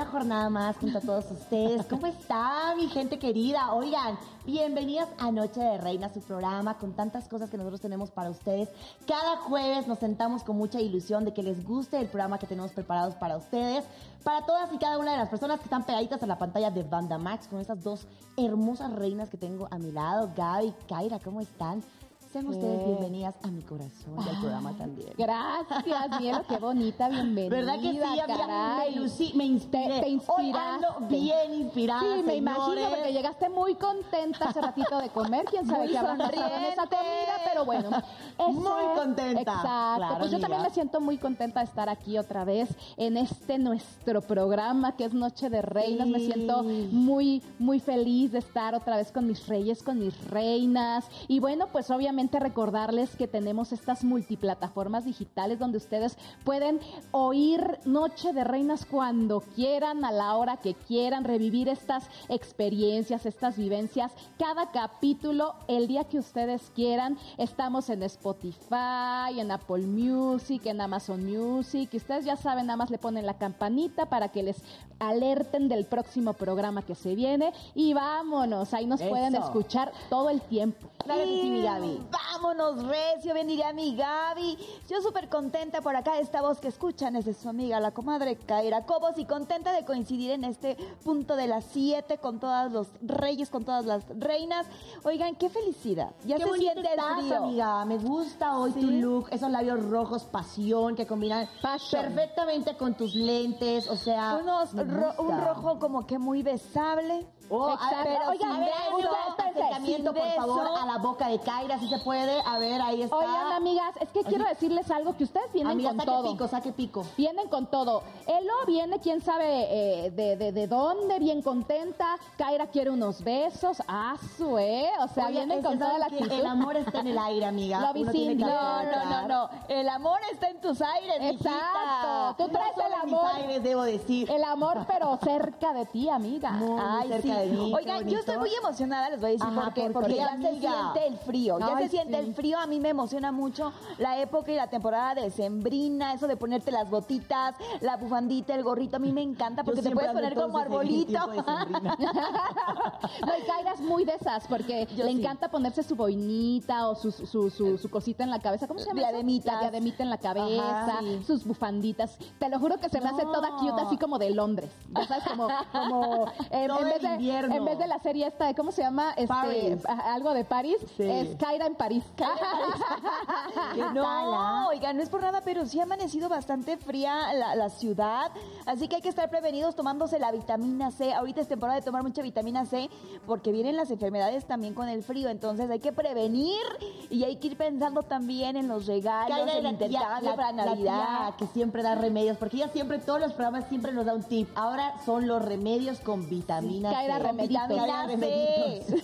jornada más junto a todos ustedes. ¿Cómo está, mi gente querida? Oigan, bienvenidas a Noche de Reina, su programa con tantas cosas que nosotros tenemos para ustedes. Cada jueves nos sentamos con mucha ilusión de que les guste el programa que tenemos preparados para ustedes, para todas y cada una de las personas que están pegaditas a la pantalla de Banda Max, con estas dos hermosas reinas que tengo a mi lado, Gaby, Kaira, ¿cómo están? Sean ustedes bienvenidas a mi corazón y al programa también. Gracias, Mielo, qué bonita, bienvenida. ¿Verdad que sí, amiga? Me inspiré. Te inspiraste. Hoy ando bien inspirada, Sí, me imagino, señores. porque llegaste muy contenta hace ratito de comer. Quién sabe qué habrá pasado en esa comida, pero bueno. Muy contenta. Exacto. Claro, pues yo amiga. también me siento muy contenta de estar aquí otra vez en nuestro programa que es Noche de Reinas. Sí. Me siento muy, muy feliz de estar otra vez con mis reyes, con mis reinas. Y bueno, pues obviamente recordarles que tenemos estas multiplataformas digitales donde ustedes pueden oír Noche de Reinas cuando quieran, a la hora que quieran, revivir estas experiencias, estas vivencias, cada capítulo, el día que ustedes quieran. Estamos en Spotify, en Apple Music, en Amazon Music, y ustedes ya saben, nada más le ponen la campanita para que les alerten del próximo programa que se viene, y vámonos, ahí nos pueden escuchar todo el tiempo. Claro que sí, mi Gaby. Vámonos, recio, bien diría mi Gaby. Yo súper contenta por acá, esta voz que escuchan es de su amiga, la comadre Kaira Cobos, y contenta de coincidir en este punto de las 7 con todos los reyes, con todas las reinas. Oigan, qué felicidad. Ya Qué se bonito siente el estás, frío. amiga. Me gusta hoy tu look, esos labios rojos, pasión, que combinan perfectamente con tus lentes, o sea... Un rojo como que muy besable. Pero oigan, a ver, un acercamiento, por favor, a la boca de Kaira, si se puede. A ver, ahí está. Oigan, amigas, es que quiero decirles algo, que ustedes vienen amiga, con saque todo. pico, saque pico. Vienen con todo. Elo viene, quién sabe de dónde, bien contenta. Kaira quiere unos besos. O sea, Oye, vienen con toda la actitud. El amor está en el aire, amiga. Lo Uno tiene que visible. No. El amor está en tus aires, Exacto. mijita. Tú traes No el solo en amor. mis aires, debo decir. El amor, pero cerca de ti, amiga. Muy cerca de mí, qué Oigan, bonito. yo estoy muy emocionada, les voy a decir Ajá, por qué. ¿por Porque qué, ya se amiga? siente el frío. Ya Ay, se siente sí. el frío. A mí me emociona mucho la época y la temporada decembrina, eso de ponerte las botitas, la bufandita, el gorrito. A mí me encanta porque te puedes poner como arbolito. No, y Kaira es muy de esas, porque le encanta ponerse su boinita o su cosita en la cabeza. ¿Cómo se llama? Diademitas. La diademita en la cabeza, Ajá, sí. sus bufanditas. Te lo juro que se me hace toda cute, así como de Londres. Ya sabes, como Todo el invierno. en vez de la serie esta de, ¿cómo se llama? París. Algo de París, Sí. es Kaira en París. No, oigan, no es por nada, pero sí ha amanecido bastante fría la ciudad, así que hay que estar prevenidos tomándose la vitamina C. Ahorita es temporada de tomar mucha vitamina C porque vienen las enfermedades también con el frío, entonces hay que prevenir y hay que ir pensando también en los regalos, Kaira el es intercambio para la Navidad. tía que siempre da remedios, porque ella siempre, todos los programas siempre nos da un tip. Ahora son los remedios con vitamina Kaira C. remeditos. Kaira Vitamina C. remeditos.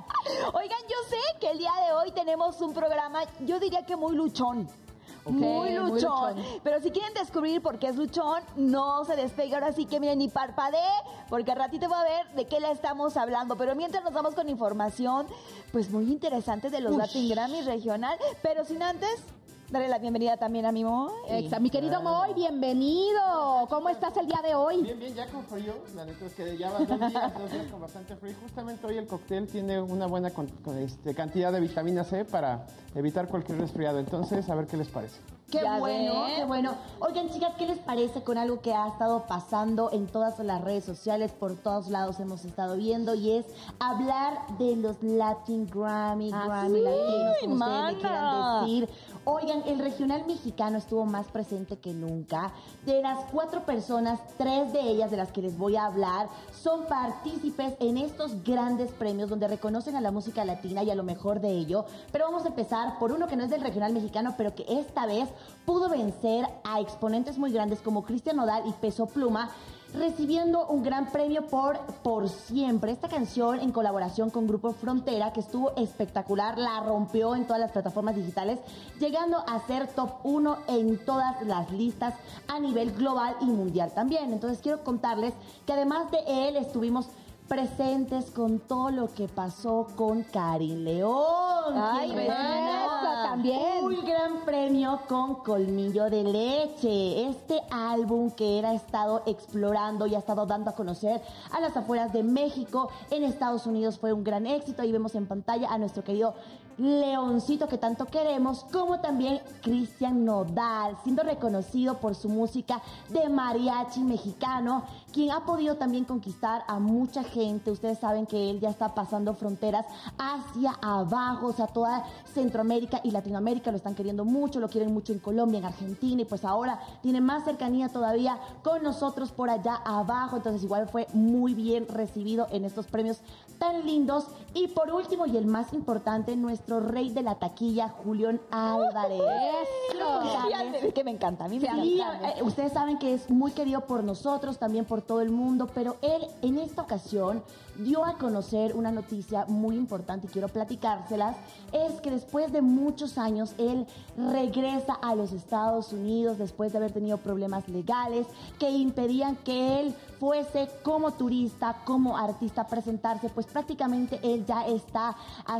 Oigan, yo sé que el día de hoy tenemos un programa, yo diría que muy luchón. Muy luchón. Pero si quieren descubrir por qué es luchón, no se despegue. Ahora sí que miren, ni parpadee, porque al ratito va a ver de qué le estamos hablando. Pero mientras nos vamos con información, pues muy interesante de los Latin Grammy regional. Pero sin antes, darle la bienvenida también a mi Moy. Mi querido Moy, bienvenido. ¿Cómo estás el día de hoy? Bien, ya con frío. La neta es que ya van 2 días con bastante frío. Justamente hoy el cóctel tiene una buena cantidad de vitamina C para evitar cualquier resfriado. Entonces, a ver qué les parece. Qué Ya bueno, ven. qué bueno. Oigan, chicas, ¿qué les parece con algo que ha estado pasando en todas las redes sociales? Por todos lados hemos estado viendo, y es hablar de los Latin Grammy, Grammy sí, Latinos, como ustedes le quieran mana. decir. Oigan, el regional mexicano estuvo más presente que nunca. De las 4 personas, 3 de ellas de las que les voy a hablar son partícipes en estos grandes premios donde reconocen a la música latina y a lo mejor de ello. Pero vamos a empezar por uno que no es del regional mexicano, pero que esta vez pudo vencer a exponentes muy grandes como Cristian Nodal y Peso Pluma, recibiendo un gran premio por Siempre. Esta canción en colaboración con Grupo Frontera, que estuvo espectacular, la rompió en todas las plataformas digitales, llegando a ser top 1 en todas las listas a nivel global y mundial también. Entonces quiero contarles que además de él estuvimos presentes con todo lo que pasó con Karin León. Ay, ¿Quién hermana. más? también. Un gran premio con Colmillo de Leche. Este álbum que él ha estado explorando y ha estado dando a conocer a las afueras de México, en Estados Unidos fue un gran éxito. Ahí vemos en pantalla a nuestro querido Leoncito que tanto queremos, como también Cristian Nodal, siendo reconocido por su música de mariachi mexicano, quien ha podido también conquistar a mucha gente. Ustedes saben que él ya está pasando fronteras hacia abajo, o sea, toda Centroamérica y Latinoamérica lo están queriendo mucho, lo quieren mucho en Colombia, en Argentina, y pues ahora tiene más cercanía todavía con nosotros por allá abajo. Entonces igual fue muy bien recibido en estos premios tan lindos. Y por último, y el más importante, nuestro rey de la taquilla, Julián Álvarez. Es que me encanta, a mí me Sí, encanta. ustedes saben que es muy querido por nosotros, también por todo el mundo, pero él en esta ocasión dio a conocer una noticia muy importante y quiero platicárselas. Es que después de muchos años él regresa a los Estados Unidos después de haber tenido problemas legales que impedían que él fuese como turista, como artista a presentarse. Pues prácticamente él ya está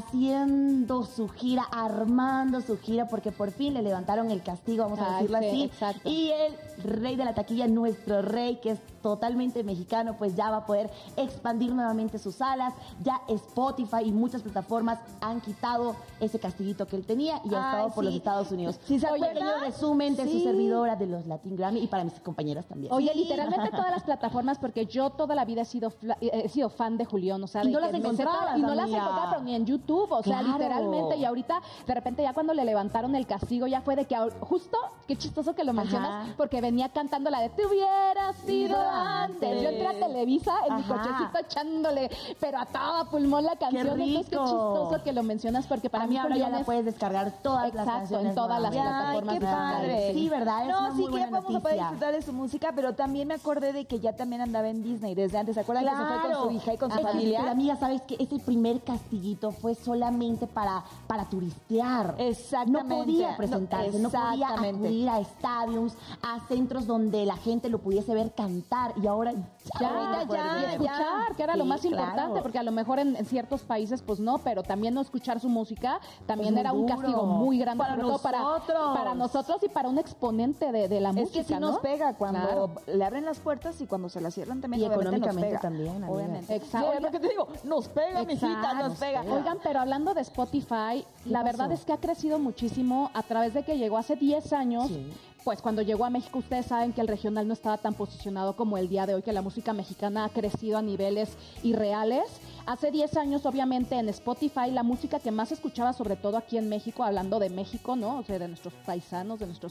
haciendo su gira, armando su gira, porque por fin le levantaron el castigo, vamos a decirlo así. Exacto. Y el rey de la taquilla, nuestro rey, que es totalmente mexicano, pues ya va a poder expandir nuevamente sus alas. Ya Spotify y muchas plataformas han quitado ese castiguito que él tenía y ha estado por los Estados Unidos. ¿Sí se Oye, acuerdan? pequeño resumen de su Sí. servidora de los Latin Grammy y para mis compañeras también. Oye, Sí. literalmente todas las plataformas, porque yo toda la vida he sido fan de Julián, o sea, Y de no que las me sé encontrabas, todo- y no las amiga. encontraba, pero ni en YouTube, o sea, Claro. literalmente, y ahorita, de repente ya cuando le levantaron el castigo, ya fue de que justo, qué chistoso que lo mencionas, porque venía cantando la de "Te hubiera sido antes". Yo entré a Televisa en mi Ajá. cochecito echándole, pero a todo pulmón la canción, entonces qué rico. chistoso que lo mencionas, porque para Para mí mí ahora ya Julián la es- puedes descargar todas las Exacto, canciones. en todas las nuevamente. plataformas Ay, qué digitales. padre. Sí, ¿verdad? Es No, una sí muy que buena vamos a poder noticia. disfrutar de su música, pero también me acordé de que ya también andaba en Disney desde antes. ¿Se acuerdan que se fue con su hija y con su Ajá. familia? Pero amiga, ¿sabes qué? Ese primer castiguito fue solamente para turistear. Exactamente. No podía presentarse, no podía exactamente. acudir a estadios, a centros donde la gente lo pudiese ver cantar, y ahora Ya, Ahorita lo puede ya, y ver. escuchar, que era lo Sí, más claro. importante, porque a lo mejor en ciertos países pues no, pero también no escuchar su música también muy era un duro. castigo muy grande, Para sobre todo nosotros. para nosotros y para un exponente de la Es música, que sí ¿no? nos pega cuando Claro. le abren las puertas y cuando se las cierran también, Y obviamente nos económicamente pega. también, amiga. Obviamente. Exacto. Sí, es lo que te digo, nos pega, mijita, Exacto. nos pega. Oigan, pero hablando de Spotify, la verdad es que ha crecido muchísimo a través de que llegó hace 10 años. Sí. Pues cuando llegó a México, ustedes saben que el regional no estaba tan posicionado como el día de hoy, que la música mexicana ha crecido a niveles irreales. Hace 10 años, obviamente, en Spotify, la música que más se escuchaba, sobre todo aquí en México, hablando de México, ¿no? O sea, de nuestros paisanos, de nuestros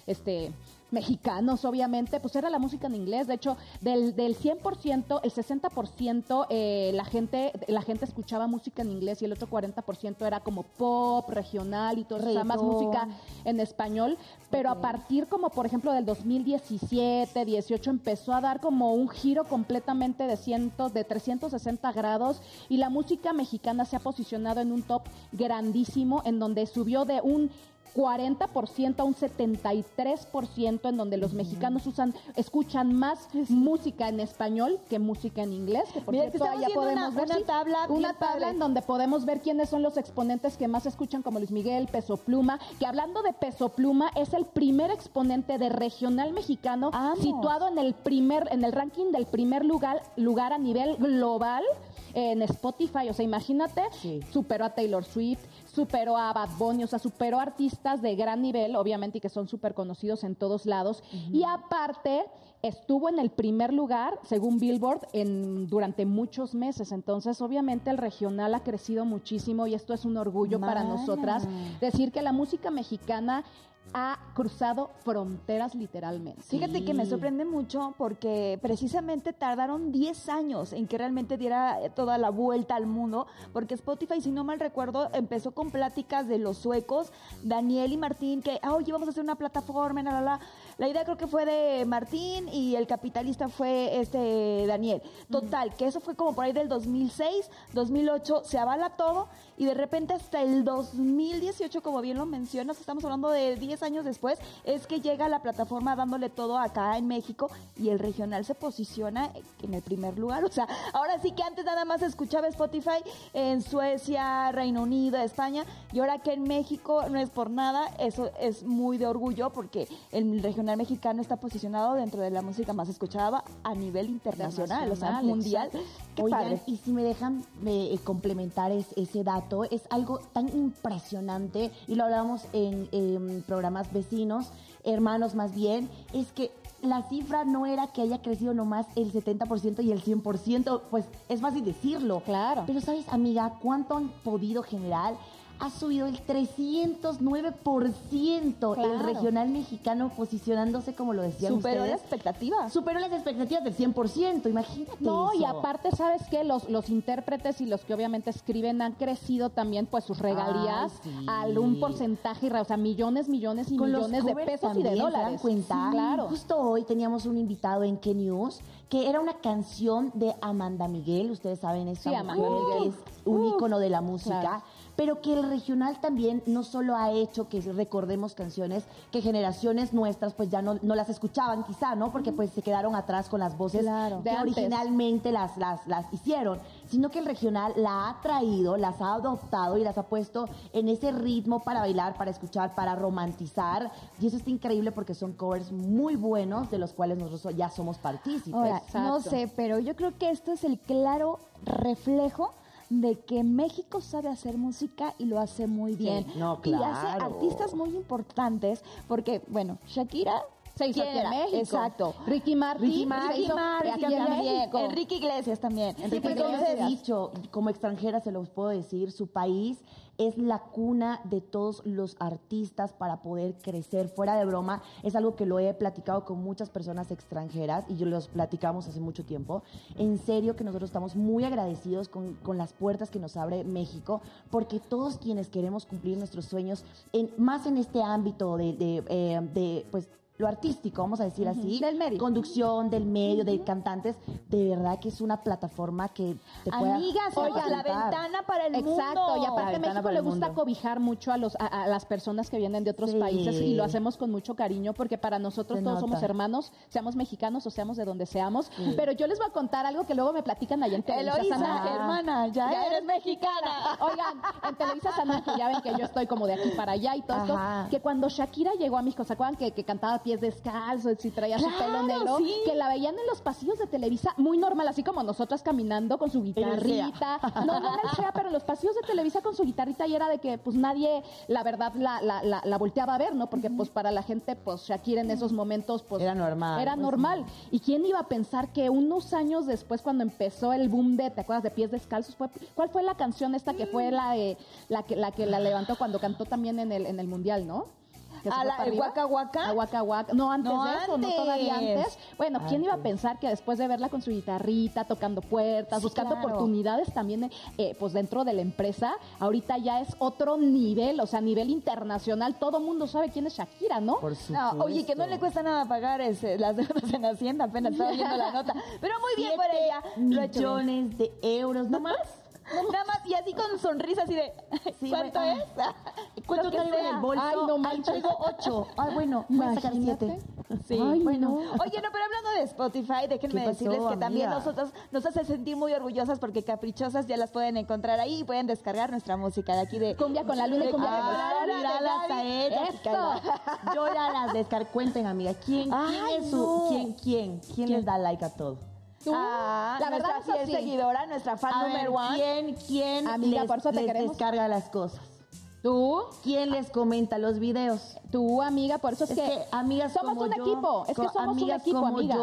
mexicanos, obviamente, pues era la música en inglés. De hecho, del 100%, el 60% la gente escuchaba música en inglés y el otro 40% era como pop, regional y todo eso, o sea, más Reggaetón. música en español. Pero a partir como, por ejemplo, del 2017, 18, empezó a dar como un giro completamente de 360 grados y la música mexicana se ha posicionado en un top grandísimo, en donde subió de un 40% a un 73%, en donde los mexicanos escuchan más música en español que música en inglés, que por Mira, que cierto estamos allá viendo podemos ver una sí, tabla bien una tabla padre. en donde podemos ver quiénes son los exponentes que más escuchan, como Luis Miguel, Peso Pluma, que hablando de Peso Pluma es el primer exponente de regional mexicano ¡Vamos! situado en el ranking del primer lugar a nivel global en Spotify. O sea, imagínate, Sí. superó a Taylor Swift, superó a Bad Bunny, o sea, superó a artistas de gran nivel, obviamente, y que son súper conocidos en todos lados. Y aparte, estuvo en el primer lugar, según Billboard, durante muchos meses. Entonces, obviamente, el regional ha crecido muchísimo y esto es un orgullo para Mana. nosotras. Decir que la música mexicana ha cruzado fronteras literalmente. Fíjate que me sorprende mucho porque precisamente tardaron 10 años en que realmente diera toda la vuelta al mundo, porque Spotify, si no mal recuerdo, empezó con pláticas de los suecos, Daniel y Martín, que, oye, vamos a hacer una plataforma, La idea creo que fue de Martín y el capitalista fue Daniel. Total, que eso fue como por ahí del 2006, 2008, se avala todo y de repente hasta el 2018, como bien lo mencionas, estamos hablando de 10 años después, es que llega la plataforma dándole todo acá en México y el regional se posiciona en el primer lugar. O sea, ahora sí que antes nada más se escuchaba Spotify en Suecia, Reino Unido, España, y ahora que en México no es por nada, eso es muy de orgullo porque el regional mexicano está posicionado dentro de la música más escuchada a nivel internacional, o sea, mundial. Qué Oigan, padre. y si me dejan complementar ese dato, es algo tan impresionante, y lo hablábamos en programas vecinos, hermanos más bien, es que la cifra no era que haya crecido nomás el 70% y el 100%, pues es fácil decirlo. Claro. Pero ¿sabes, amiga, cuánto han podido generar? Ha subido el 309% el regional mexicano, posicionándose, como lo decían Superó ustedes. la expectativa. Superó las expectativas del 100%, imagínate. No, eso. y aparte, ¿sabes qué? Los intérpretes y los que obviamente escriben han crecido también pues sus regalías Ay, sí. a un porcentaje, o sea, millones y Con los millones de covers pesos y de también, ¿se dólares. dan cuenta? Sí, claro. Justo hoy teníamos un invitado en K News que era una canción de Amanda Miguel, ustedes saben, esta Sí, mujer Amanda que es un ícono de la música. Claro. Pero que el regional también no solo ha hecho que recordemos canciones que generaciones nuestras pues ya no las escuchaban quizá, ¿no? Porque pues se quedaron atrás con las voces Claro. que De antes. originalmente las hicieron, sino que el regional la ha traído, las ha adoptado y las ha puesto en ese ritmo para bailar, para escuchar, para romantizar, y eso está increíble porque son covers muy buenos de los cuales nosotros ya somos partícipes. Ahora, Exacto. no sé, pero yo creo que esto es el claro reflejo de que México sabe hacer música y lo hace muy bien. no, Y hace claro. artistas muy importantes porque, bueno, Shakira Se hizo aquí en ¿quién era? México. Exacto. Ricky Martin. Ricky Martin, se hizo Martin aquí en también, México. Enrique Iglesias también. Sí, porque yo les he dicho, como extranjera se los puedo decir, su país es la cuna de todos los artistas para poder crecer. Fuera de broma, es algo que lo he platicado con muchas personas extranjeras y yo los platicamos hace mucho tiempo. En serio que nosotros estamos muy agradecidos con las puertas que nos abre México, porque todos quienes queremos cumplir nuestros sueños, más en este ámbito de pues, lo artístico, vamos a decir así, Del medio. conducción, del medio, de cantantes, de verdad que es una plataforma que te puede Amigas, oigan, la ventana para el mundo. Exacto, y La aparte ventana México para le el gusta mundo. cobijar mucho a las personas que vienen de otros Sí. países y lo hacemos con mucho cariño porque para nosotros Se todos nota. somos hermanos, seamos mexicanos o seamos de donde seamos. Pero yo les voy a contar algo que luego me platican allá en Televisa. Eloísa, Sana. hermana, ya eres mexicana. Oigan, en Televisa Sana, que ya ven que yo estoy como de aquí para allá y todo Ajá. esto, que cuando Shakira llegó a México, ¿se acuerdan que cantaba pies descalzos y traía su Claro, pelo negro? sí. Que la veían en los pasillos de Televisa muy normal, así como nosotras caminando con su el guitarrita. No en el SEA, pero en los pasillos de Televisa con su guitarrita, y era de que pues nadie, la verdad, la volteaba a ver, ¿no? Porque pues para la gente, pues Shakira en esos momentos, pues Era normal, Era pues, normal. ¿Y quién iba a pensar que unos años después, cuando empezó el boom de, ¿te acuerdas de Pies Descalzos? ¿Cuál fue la canción esta que fue la que la levantó cuando cantó también en el Mundial, ¿no? Que se fue para ¿El arriba. Waka Waka? La Waka Waka. No, antes No, de eso, no antes. todavía antes. Bueno, ¿quién iba a Antes. pensar que después de verla con su guitarrita, tocando puertas, Sí, buscando claro. oportunidades también pues dentro de la empresa, ahorita ya es otro nivel, o sea, a nivel internacional, todo mundo sabe quién es Shakira, ¿no? Por supuesto. No, oye, que no le cuesta nada pagar las deudas en Hacienda, apenas estaba viendo la nota. Pero muy bien por ella. Lo ha hecho bien. millones de euros, ¿no más? Nada más, y así con sonrisa así de, Sí, ¿cuánto bueno. es? ¿Cuánto Lo que traigo en sea. el bolso? Ay, no Ahí manches. traigo 8. Ay, bueno, voy a sacar Imagínate. 7. Sí. Ay, bueno. no. Oye, no, pero hablando de Spotify, déjenme ¿Qué pasó, decirles que también amiga? nosotros nos hace sentir muy orgullosas porque Caprichosas ya las pueden encontrar ahí y pueden descargar nuestra música de aquí de Cumbia con la luna y cumbia con la Ah, luna. míralas a ellas, Eso. chicas. Yo ya las descargué. Cuenten, amiga. ¿Quién Ay, es su... no. ¿Quién les da like a todo? Tú, la verdad, nuestra eso fiel sí. seguidora, nuestra fan A ver, número uno. ¿quién Amiga, por eso te les queremos. descarga las cosas? Tú, ¿Quién les comenta los videos? tú, amiga, por eso es, Es que amigas somos como un yo, equipo. Es que somos un amigas equipo, como amiga. yo,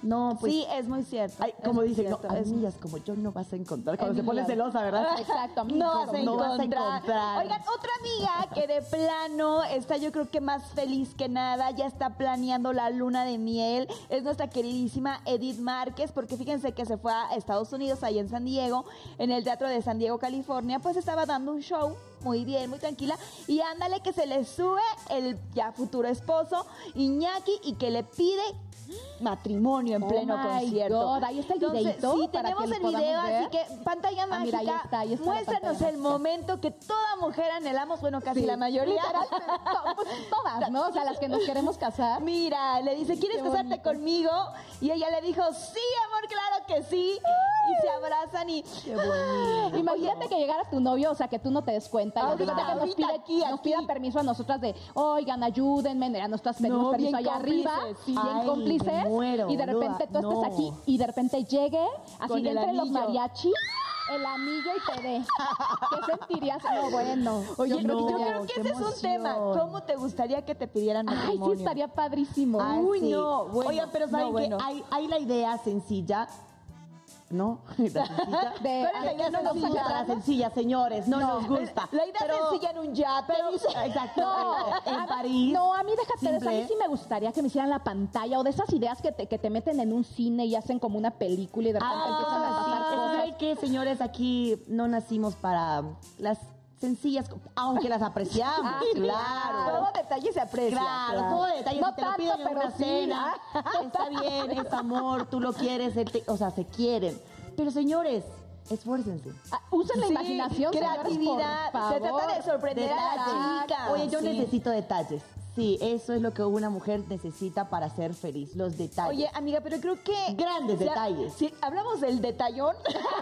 No, pues... Sí, es muy cierto. Ay, como es muy dicen, no, cierto, es- amigas como yo no vas a encontrar. Cuando se pone Amigas. celosa, ¿verdad? Exacto, No vas a No vas a encontrar. encontrar. Oigan, otra amiga que de plano está yo creo que más feliz que nada, ya está planeando la luna de miel, es nuestra queridísima Edith Márquez, porque fíjense que se fue a Estados Unidos, ahí en San Diego, en el Teatro de San Diego, California, pues estaba dando un show muy bien, muy tranquila, y ándale que se le sube el ya futuro esposo, Iñaki, y que le pide matrimonio en Oh pleno my concierto. God, ahí está el Entonces, videíto sí, para tenemos que el lo podamos video, ver. así que pantalla Ah, mira, mágica, ahí está la muéstranos pantalla el mágica. momento que toda mujer anhelamos, bueno, casi Sí, la mayoría. literalmente, pues, todas, ¿no? O sea, las que nos queremos casar. Mira, le dice, ¿quieres Qué casarte bonito. conmigo? Y ella le dijo, sí, amor, claro que sí. Y se abrazan y... Qué bonito. Imagínate que llegara tu novio, o sea, que tú no te des cuenta. Y Ahorita, ahorita que nos, ahorita, pide, nos pida permiso a nosotras de, oigan, ayúdenme, a nosotras pedimos No, permiso bien allá arriba, cómplices, sí. bien Ay, cómplices, me muero, y de repente tú boluda, estés no. aquí y de repente llegue, así Con de el entre los anillo. mariachis, el anillo y te dé. ¿Qué sentirías? No, bueno. Oye, Yo yo no, creo que qué ese es un emoción. tema. ¿Cómo te gustaría que te pidieran Ay, matrimonio? sí, estaría padrísimo. Ay, Uy, sí. no, bueno, Oigan, pero ¿saben no, bueno. que hay la idea sencilla? ¿No? La sencilla. De- ¿Cuál es la idea no nos sencilla? gusta la sencilla, señores. No, nos gusta. La idea Pero- sencilla en un yate. dice. Exacto. En a mí- París. No, a mí déjate de eso. A mí simple. sí me gustaría que me hicieran la pantalla o de esas ideas que te meten en un cine y hacen como una película y de repente empiezan a pasar sí. cosas. ¿Saben qué, señores? Aquí no nacimos para las sencillas, aunque las apreciamos. Ah, claro. Todo detalle se aprecia. Claro, todo detalle. No si te lo tanto, piden en pero una sí. cena, está bien, es amor, tú lo quieres, o sea, se quieren. Pero señores, esfuércense. Ah, usen la Sí, imaginación, señores, creatividad. por Se trata favor. de sorprender a la Detalles. chica. Oye, yo Sí. necesito detalles. Sí, eso es lo que una mujer necesita para ser feliz, los detalles. Oye, amiga, pero creo que... Grandes si ha- detalles. Si hablamos del detallón...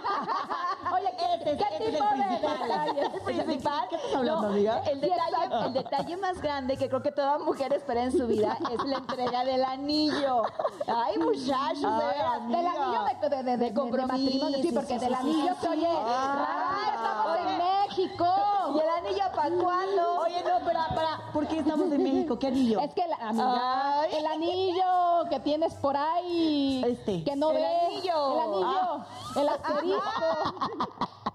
Oye, ¿qué Ese es tipo el de principal. detalles? El principal. ¿Qué estás hablando, No, amiga? el detalle más grande que creo que toda mujer espera en su vida es la entrega del anillo. Ay, muchachos, de veras. Del anillo de matrimonio, sí, porque del anillo se oye. ¡Ay, estamos en México! ¿Y el anillo para cuándo? Oye, no, para, ¿por qué estamos en México? ¿Qué anillo? Es que, amiga, Ay. el anillo que tienes por ahí, Este. que no El ves, anillo. el anillo, el asterisco,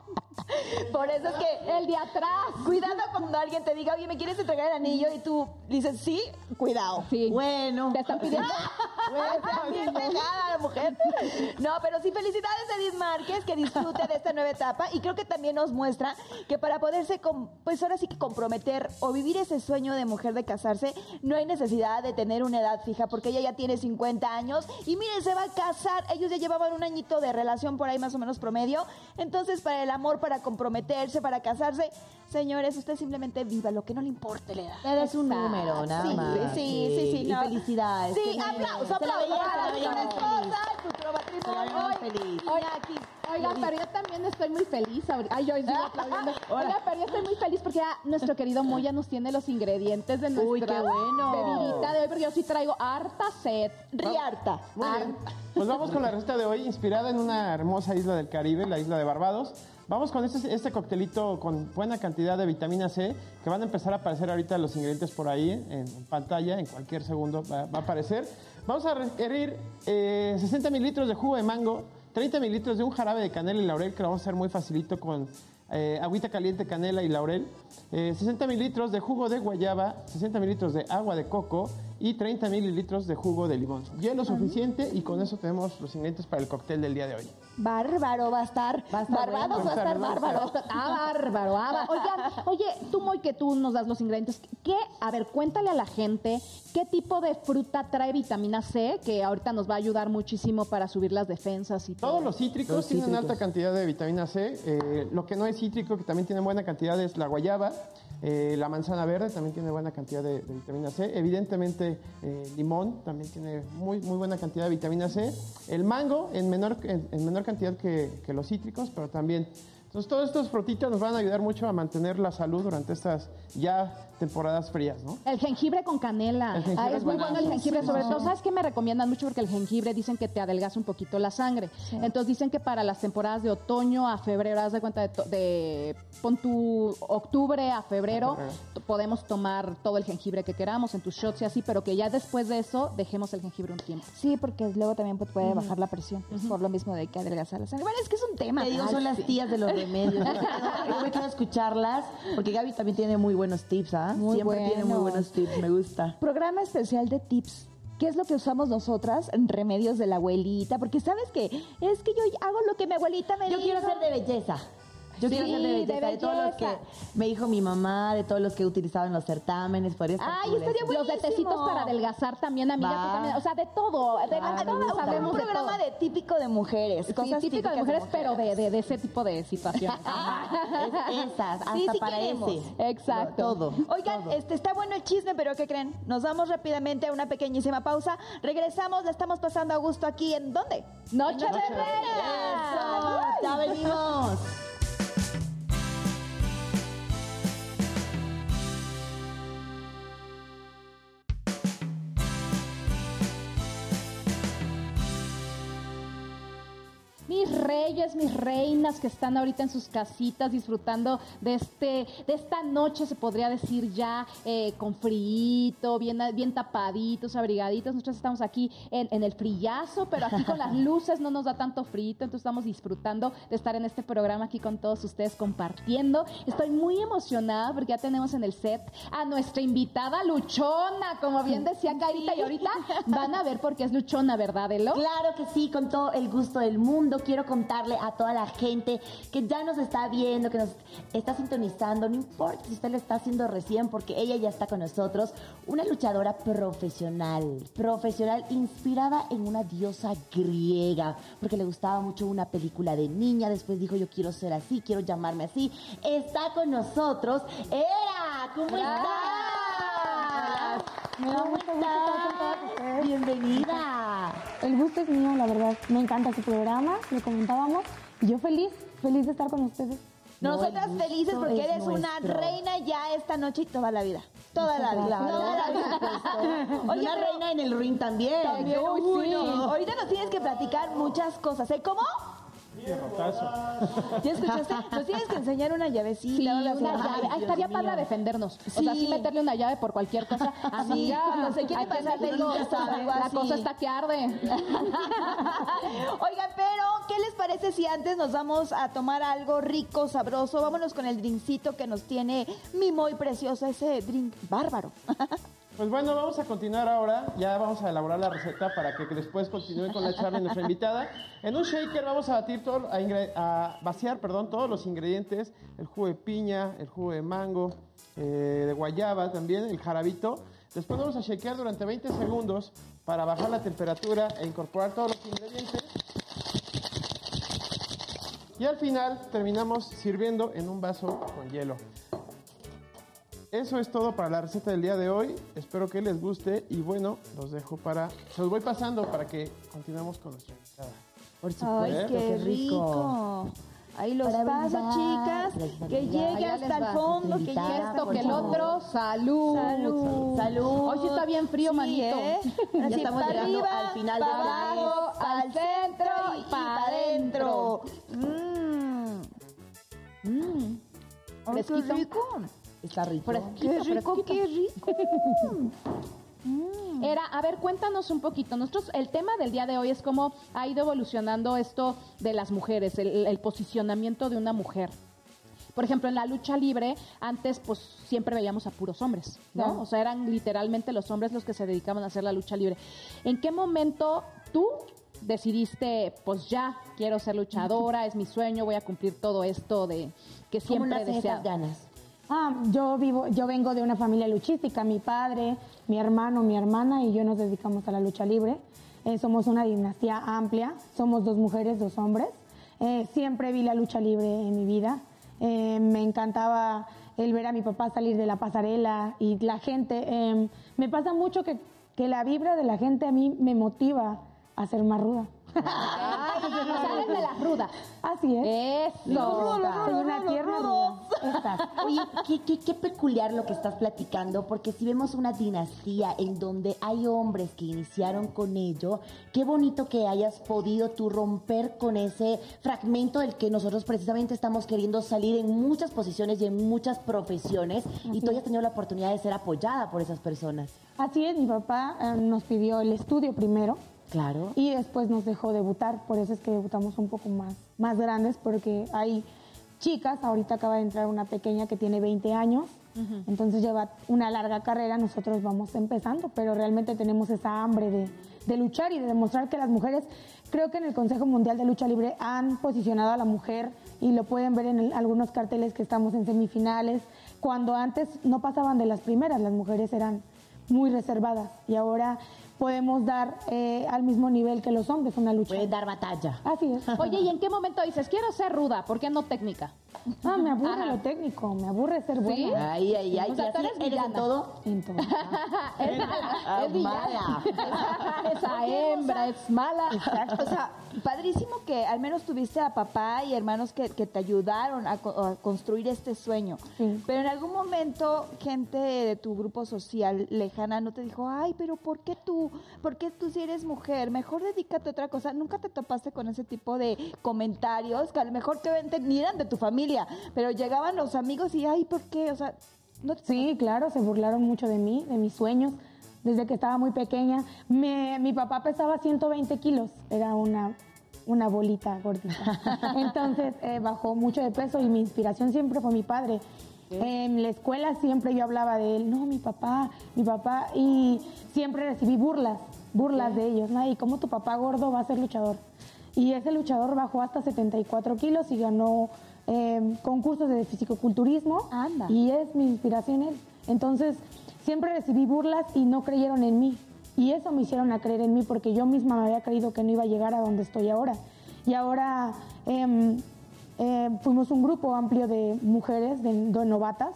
Por eso es que... el de atrás. Cuidado cuando alguien te diga, oye, ¿me quieres entregar el anillo? Y tú dices, sí, cuidado. Sí. Bueno. Te están pidiendo. Está bien pegada la mujer. No, pero sí, felicidades a Edith Márquez, que disfrute de esta nueva etapa. Y creo que también nos muestra que para poderse, pues ahora sí que comprometer o vivir ese sueño de mujer de casarse, no hay necesidad de tener una edad fija, porque ella ya tiene 50 años. Y miren, se va a casar. Ellos ya llevaban un añito de relación por ahí más o menos promedio. Entonces, para el amor, para comprometerse, para casarse, señores, usted simplemente viva lo que no le importe la edad. Eres un número, nada Sí, más. sí. Y no. felicidades. Sí, Qué aplausos, bien. Se la veía, para se la la veía futura muy esposa, feliz. el futuro Se la veía muy matrimonio. feliz. Iñaki. Oigan, pero yo también estoy muy feliz. Ay, yo sigo aplaudiendo. Oigan, pero yo estoy muy feliz porque ya nuestro querido Moya nos tiene los ingredientes de nuestra Uy, qué bueno. bebidita de hoy, porque yo sí traigo harta sed. Riarta. Muy bien. Pues vamos con la receta de hoy, inspirada en una hermosa isla del Caribe, la isla de Barbados. Vamos con este coctelito con buena cantidad de vitamina C, que van a empezar a aparecer ahorita los ingredientes por ahí en pantalla, en cualquier segundo va a aparecer. Vamos a requerir 60 mililitros de jugo de mango, 30 mililitros de un jarabe de canela y laurel, que lo vamos a hacer muy facilito con agüita caliente, canela y laurel, 60 mililitros de jugo de guayaba, 60 mililitros de agua de coco y 30 mililitros de jugo de limón. Hielo suficiente y con eso tenemos los ingredientes para el cóctel del día de hoy. Bárbaro va a estar. Barbados bueno. va a estar bárbaro. Bárbaro. Oigan, oye, tú, Moy, que tú nos das los ingredientes. A ver, cuéntale a la gente qué tipo de fruta trae vitamina C, que ahorita nos va a ayudar muchísimo para subir las defensas y todo. Todos los cítricos Los tienen cítricos. alta cantidad de vitamina C. Lo que no es cítrico, que también tiene buena cantidad, es la guayaba. La manzana verde también tiene buena cantidad de vitamina C. Evidentemente, limón también tiene muy buena cantidad de vitamina C. El mango en menor cantidad que los cítricos, pero también. Entonces, todas estas frutitas nos van a ayudar mucho a mantener la salud durante estas ya temporadas frías, ¿no? El jengibre con canela. El jengibre Es muy buenazo. bueno el jengibre, sobre Sí. todo. ¿Sabes qué me recomiendan mucho? Porque el jengibre dicen que te adelgaza un poquito la sangre. Entonces dicen que para las temporadas de otoño a febrero, haz de cuenta pon tu octubre a febrero, podemos tomar todo el jengibre que queramos en tus shots y así, pero que ya después de eso dejemos el jengibre un tiempo. Sí, porque luego también puede bajar la presión, por lo mismo de que adelgaza la sangre. Bueno, es que es un tema. Te digo, son las tías de los remedios. Yo me quiero escucharlas, porque Gaby también tiene muy buenos tips, ¿ah? Muy Siempre tiene muy buenos. buenos tips, me gusta. Programa especial de tips. ¿Qué es lo que usamos nosotras en remedios de la abuelita? Porque sabes que es que yo hago lo que mi abuelita me Yo dijo. quiero ser de belleza. Yo quiero ser de belleza, de todos los que me dijo mi mamá, de todos los que he utilizado en los certámenes. Podría estar Ay, cool estaría eso. buenísimo. Los de tecitos para adelgazar también, amiga, Va. tú también. O sea, de todo. De Ah, todas me gusta. sabemos Un de programa todo. de típico de mujeres. Sí, Cosas típico de típicas mujeres, pero de ese tipo de situaciones. Esas, hasta Sí, sí para queremos. ese. Exacto. Todo. Oigan, todo. está bueno el chisme, pero ¿qué creen? Nos vamos rápidamente a una pequeñísima pausa. Regresamos, la estamos pasando a gusto aquí. ¿En dónde? Noche de Eso, Reina. ya venimos. Mis reyes, mis reinas que están ahorita en sus casitas disfrutando de esta noche, se podría decir ya, con friito, bien tapaditos, abrigaditos. Nosotros estamos aquí en el frillazo, pero aquí con las luces no nos da tanto frito, entonces estamos disfrutando de estar en este programa aquí con todos ustedes compartiendo. Estoy muy emocionada porque ya tenemos en el set a nuestra invitada luchona, como bien decía Carita, y ahorita van a ver por qué es luchona, ¿verdad, Elo? Claro que sí, con todo el gusto del mundo. Quiero contarle a toda la gente que ya nos está viendo, que nos está sintonizando, no importa si usted lo está haciendo recién, porque ella ya está con nosotros, una luchadora profesional inspirada en una diosa griega, porque le gustaba mucho una película de niña, después dijo yo quiero ser así, quiero llamarme así. Está con nosotros, Era, ¿cómo estás? Me da mucho gusto estar con todas ustedes. Bienvenida. El gusto es mío, la verdad. Me encanta su programa, lo comentábamos. Y yo feliz de estar con ustedes. Nosotras el felices gusto porque es eres una nuestro. reina ya esta noche y toda la vida. Toda la vida. Claro, Toda la por vida. supuesto. Oye, Una pero- reina en el ring también. También, Uy, uy, sí. no. Ahorita nos tienes que platicar muchas cosas. ¿Eh? ¿Cómo? ¿Ya escuchaste? Nos tienes que enseñar una llavecita. Sí, o algo una así. llave. Ay, Ahí estaría padre a defendernos. O sea, sí meterle una llave por cualquier cosa. Amiga, cuando se quiere aquí en pasar de México, listas, algo la así. cosa está que arde. Oigan, pero ¿qué les parece si antes nos vamos a tomar algo rico, sabroso? Vámonos con el drinkcito que nos tiene mi muy precioso, ese drink bárbaro. Pues bueno, vamos a continuar ahora. Ya vamos a elaborar la receta para que después continúe con la charla de nuestra invitada. En un shaker vamos a batir a vaciar todos los ingredientes: el jugo de piña, el jugo de mango, de guayaba también, el jarabito. Después vamos a shakear durante 20 segundos para bajar la temperatura e incorporar todos los ingredientes. Y al final terminamos sirviendo en un vaso con hielo. Eso es todo para la receta del día de hoy. Espero que les guste y bueno, se los voy pasando para que continuemos con nuestra invitada. Por Ay, supuesto, qué rico. Ahí los Para paso, brindar, chicas. para Que brindar. llegue Allá les hasta el va. fondo, que Brindar, llegue Esto hasta que el otro, salud. Salud. Salud. Hoy sí está bien frío, Sí, manito. ¿eh? Ya Así, estamos pa' llegando arriba, al final pa' del abajo, mes. al centro y pa' adentro. Ay, qué Fresquito. rico. Está rico. Qué rico, qué rico. Era, a ver, cuéntanos un poquito. Nosotros, el tema del día de hoy es cómo ha ido evolucionando esto de las mujeres, el posicionamiento de una mujer. Por ejemplo, en la lucha libre, antes pues siempre veíamos a puros hombres, ¿no? Claro. O sea, eran literalmente los hombres los que se dedicaban a hacer la lucha libre. ¿En qué momento tú decidiste, pues ya, quiero ser luchadora, es mi sueño, voy a cumplir todo esto de que ¿Cómo siempre he nacen deseado? esas ganas? Yo vengo de una familia luchística. Mi padre, mi hermano, mi hermana y yo nos dedicamos a la lucha libre. Somos una dinastía amplia. Somos 2 mujeres, 2 hombres. Siempre vi la lucha libre en mi vida. Me encantaba el ver a mi papá salir de la pasarela y la gente. Me pasa mucho que la vibra de la gente a mí me motiva a ser más ruda. Salen de las rudas. Así es. Eso. Soy una tierna ruda. Exacto. Oye, qué peculiar lo que estás platicando, porque si vemos una dinastía en donde hay hombres que iniciaron con ello, qué bonito que hayas podido tú romper con ese fragmento del que nosotros precisamente estamos queriendo salir en muchas posiciones y en muchas profesiones, y tú hayas tenido la oportunidad de ser apoyada por esas personas. Así es, mi papá nos pidió el estudio primero. Claro. Y después nos dejó debutar, por eso es que debutamos un poco más grandes, porque hay chicas, ahorita acaba de entrar una pequeña que tiene 20 años, entonces lleva una larga carrera, nosotros vamos empezando, pero realmente tenemos esa hambre de luchar y de demostrar que las mujeres, creo que en el Consejo Mundial de Lucha Libre han posicionado a la mujer, y lo pueden ver en algunos carteles que estamos en semifinales, cuando antes no pasaban de las primeras, las mujeres eran muy reservadas, y ahora podemos dar al mismo nivel que los hombres una lucha. Puedes dar batalla. Así es. Oye, ¿y en qué momento dices, quiero ser ruda? ¿Por qué no técnica? Me aburre lo técnico, me aburre ser buena. Ay. O sea, ¿Y tú así eres eres villana. en todo? En todo. Es villana. Esa hembra es mala. O sea, padrísimo que al menos tuviste a papá y hermanos que te ayudaron a construir este sueño. Sí. Pero en algún momento, gente de tu grupo social lejana no te dijo, ay, pero ¿por qué tú si eres mujer? Mejor dedícate a otra cosa. ¿Nunca te topaste con ese tipo de comentarios que a lo mejor ni eran de tu familia, pero llegaban los amigos y, ay, ¿por qué? O sea, no te... Sí, claro, se burlaron mucho de mí, de mis sueños, desde que estaba muy pequeña. Mi papá pesaba 120 kilos, era una bolita gordita. Entonces bajó mucho de peso y mi inspiración siempre fue mi padre. En la escuela siempre yo hablaba de él, no, mi papá, y siempre recibí burlas de ellos, ¿no? Y cómo tu papá gordo va a ser luchador. Y ese luchador bajó hasta 74 kilos y ganó concursos de fisicoculturismo. Anda. Y es mi inspiración él. Entonces, siempre recibí burlas y no creyeron en mí. Y eso me hicieron a creer en mí porque yo misma me había creído que no iba a llegar a donde estoy ahora. Y ahora fuimos un grupo amplio de mujeres, de novatas.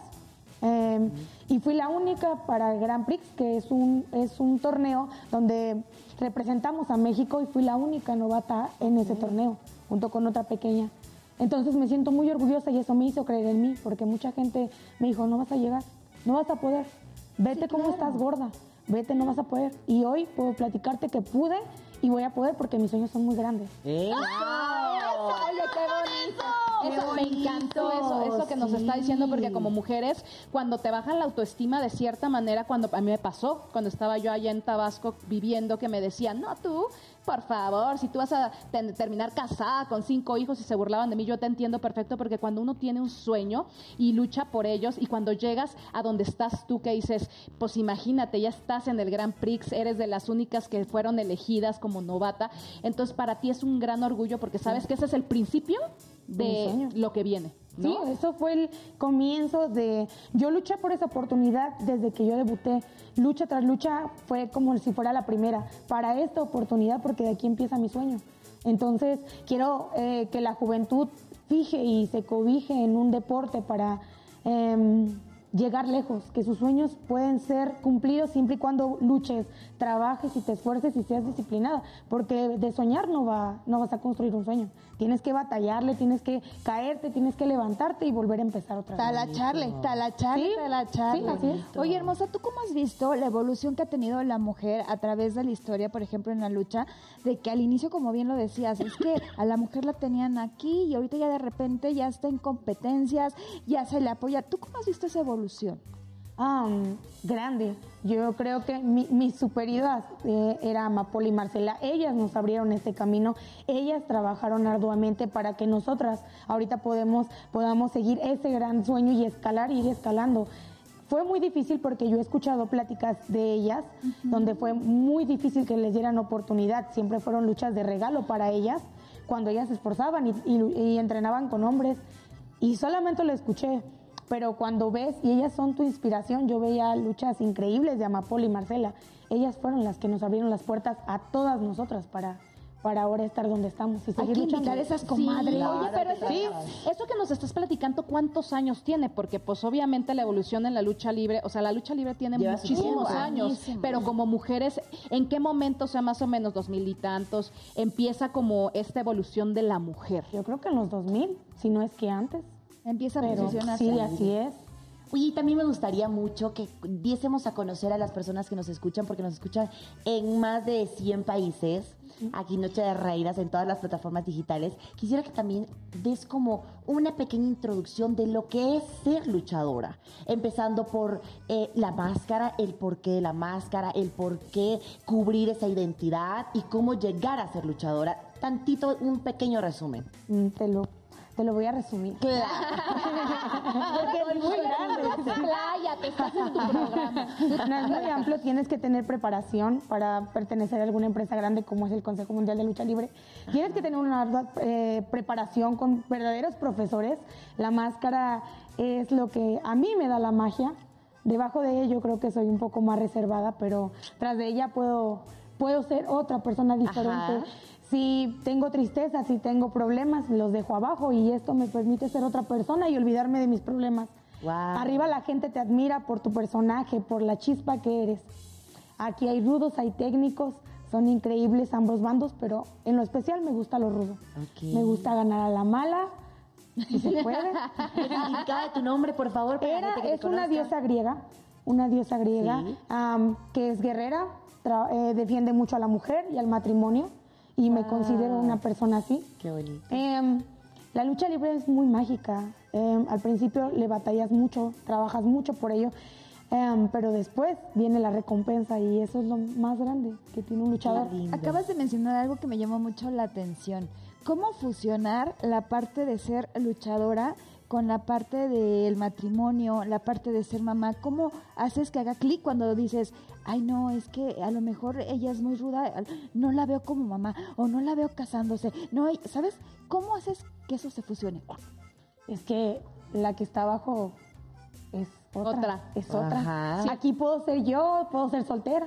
Y fui la única para el Grand Prix, que es un torneo donde representamos a México, y fui la única novata en ese torneo, junto con otra pequeña. Entonces me siento muy orgullosa y eso me hizo creer en mí, porque mucha gente me dijo, no vas a llegar, no vas a poder, vete cómo estás gorda, vete, no vas a poder. Y hoy puedo platicarte que pude y voy a poder porque mis sueños son muy grandes. Oye, qué bonito. Eso, me encantó eso que nos está diciendo, porque como mujeres, cuando te bajan la autoestima de cierta manera, cuando a mí me pasó, cuando estaba yo allá en Tabasco viviendo, que me decían, no, tú, por favor, si tú vas a terminar casada con 5 hijos, y se burlaban de mí, yo te entiendo perfecto, porque cuando uno tiene un sueño y lucha por ellos, y cuando llegas a donde estás tú, que dices, pues imagínate, ya estás en el Grand Prix, eres de las únicas que fueron elegidas como novata, entonces para ti es un gran orgullo, porque sabes que ese es el principio de lo que viene, ¿no? Sí, eso fue el comienzo de... Yo luché por esa oportunidad desde que yo debuté. Lucha tras lucha fue como si fuera la primera para esta oportunidad, porque de aquí empieza mi sueño. Entonces, quiero que la juventud fije y se cobije en un deporte para llegar lejos, que sus sueños pueden ser cumplidos siempre y cuando luches, trabajes y te esfuerces y seas disciplinada, porque de soñar no vas a construir un sueño. Tienes que batallarle, tienes que caerte, tienes que levantarte y volver a empezar otra vez. Talacharle. Sí, así es. Oye, hermosa, ¿tú cómo has visto la evolución que ha tenido la mujer a través de la historia, por ejemplo, en la lucha? De que al inicio, como bien lo decías, es que a la mujer la tenían aquí y ahorita ya de repente ya está en competencias, ya se le apoya. ¿Tú cómo has visto esa evolución? Grande. Yo creo que mis superidas era Amapola y Marcela. Ellas nos abrieron este camino. Ellas trabajaron arduamente para que nosotras ahorita podamos seguir ese gran sueño y escalar, ir escalando. Fue muy difícil porque yo he escuchado pláticas de ellas donde fue muy difícil que les dieran oportunidad. Siempre fueron luchas de regalo para ellas, cuando ellas se esforzaban y entrenaban con hombres. Y solamente lo escuché. Pero cuando ves, y ellas son tu inspiración, yo veía luchas increíbles de Amapola y Marcela. Ellas fueron las que nos abrieron las puertas a todas nosotras para para ahora estar donde estamos y Hay seguir que luchando. invitar a esas comadres. Sí, oye, pero Sí. eso que nos estás platicando, ¿cuántos años tiene? Porque pues obviamente la evolución en la lucha libre, o sea, la lucha libre tiene Lleva muchísimos sus años, añísimos. pero como mujeres, ¿en qué momento, o sea, más o menos 2000 y tantos, empieza como esta evolución de la mujer? Yo creo que en los 2000, si no es que antes. Empieza a Pero posicionarse. sí, así es. Oye, y también me gustaría mucho que diésemos a conocer a las personas que nos escuchan, porque nos escuchan en más de 100 países, aquí Noche de Reinas, en todas las plataformas digitales. Quisiera que también des como una pequeña introducción de lo que es ser luchadora, empezando por la máscara, el porqué de la máscara, el por qué cubrir esa identidad y cómo llegar a ser luchadora. Tantito, un pequeño resumen. Te lo voy a resumir. Porque es muy grande. Pláyate, estás en tu programa. No, es muy amplio, tienes que tener preparación para pertenecer a alguna empresa grande como es el Consejo Mundial de Lucha Libre. Tienes que tener una preparación con verdaderos profesores. La máscara es lo que a mí me da la magia. Debajo de ella yo creo que soy un poco más reservada, pero tras de ella puedo ser otra persona diferente. Ajá. Si tengo tristeza, si tengo problemas, los dejo abajo y esto me permite ser otra persona y olvidarme de mis problemas. Wow. Arriba la gente te admira por tu personaje, por la chispa que eres. Aquí hay rudos, hay técnicos, son increíbles ambos bandos, pero en lo especial me gusta lo rudo. Ok. Me gusta ganar a la mala, si se puede. Significado tu nombre, por favor, para la gente que te Es una conozca. diosa griega Sí. Que es guerrera, defiende mucho a la mujer y al matrimonio y me considero una persona así. Qué bonito. La lucha libre es muy mágica. Al principio le batallas mucho, trabajas mucho por ello, pero después viene la recompensa y eso es lo más grande que tiene un luchador. Qué lindo. Acabas de mencionar algo que me llamó mucho la atención. ¿Cómo fusionar la parte de ser luchadora con la parte del matrimonio, la parte de ser mamá? ¿Cómo haces que haga clic cuando dices, ay no, es que a lo mejor ella es muy ruda, no la veo como mamá o no la veo casándose? No, ¿sabes? ¿Cómo haces que eso se fusione? Es que la que está abajo es otra. Es otra. Ajá. Sí. Aquí puedo ser yo, puedo ser soltera.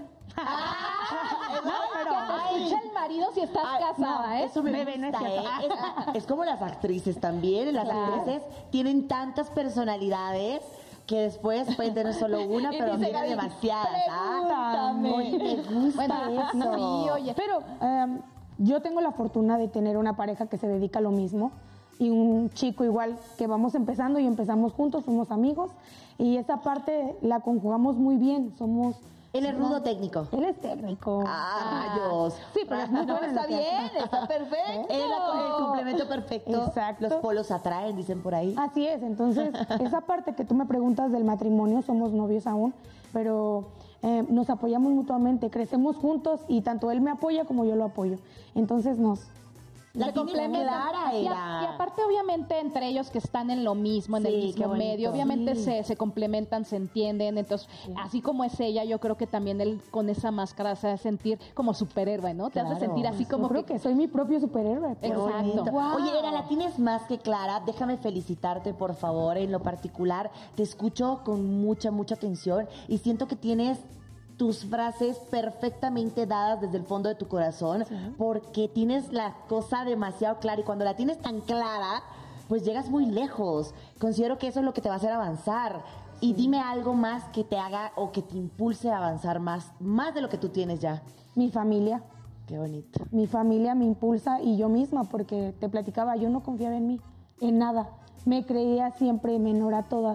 Que te escucha el marido si estás casada, No, ¿eh? eso me Bebé, no es gusta, ¿eh? cierto. Es como las actrices también. Las actrices tienen tantas personalidades que después pueden tener solo una, Y pero dice tienen Gaby, demasiadas. ¿Ah? pregúntame. Oye, me gusta eso. Sí, oye. Pero yo tengo la fortuna de tener una pareja que se dedica a lo mismo y un chico igual que vamos empezando y empezamos juntos, somos amigos y esa parte la conjugamos muy bien, somos... Él es rudo técnico. Él es técnico. Rayos. Sí, pero es muy No, bueno en lo está que hace. bien, está perfecto. Es el complemento perfecto. Exacto. Los polos atraen, dicen por ahí. Así es, entonces esa parte que tú me preguntas del matrimonio, somos novios aún, pero nos apoyamos mutuamente, crecemos juntos y tanto él me apoya como yo lo apoyo. Entonces La Se tiene complementan. clara, Y, era. y aparte, obviamente, entre ellos que están en lo mismo, en Sí, el qué mismo bonito. medio, obviamente Sí. se complementan, se entienden. Entonces, así como es ella, yo creo que también él con esa máscara se hace sentir como superhéroe, ¿no? Te Claro. hace sentir así yo como creo que soy mi propio superhéroe. Qué Exacto. bonito. Wow. Oye, Era, la tienes más que clara. Déjame felicitarte, por favor. En lo particular, te escucho con mucha atención y siento que tienes tus frases perfectamente dadas desde el fondo de tu corazón, porque tienes la cosa demasiado clara y cuando la tienes tan clara, pues llegas muy lejos. Considero que eso es lo que te va a hacer avanzar. Y dime algo más que te haga o que te impulse a avanzar más de lo que tú tienes ya. Mi familia. Qué bonito. Mi familia me impulsa y yo misma, porque te platicaba, yo no confiaba en mí, en nada. Me creía siempre menor a todas.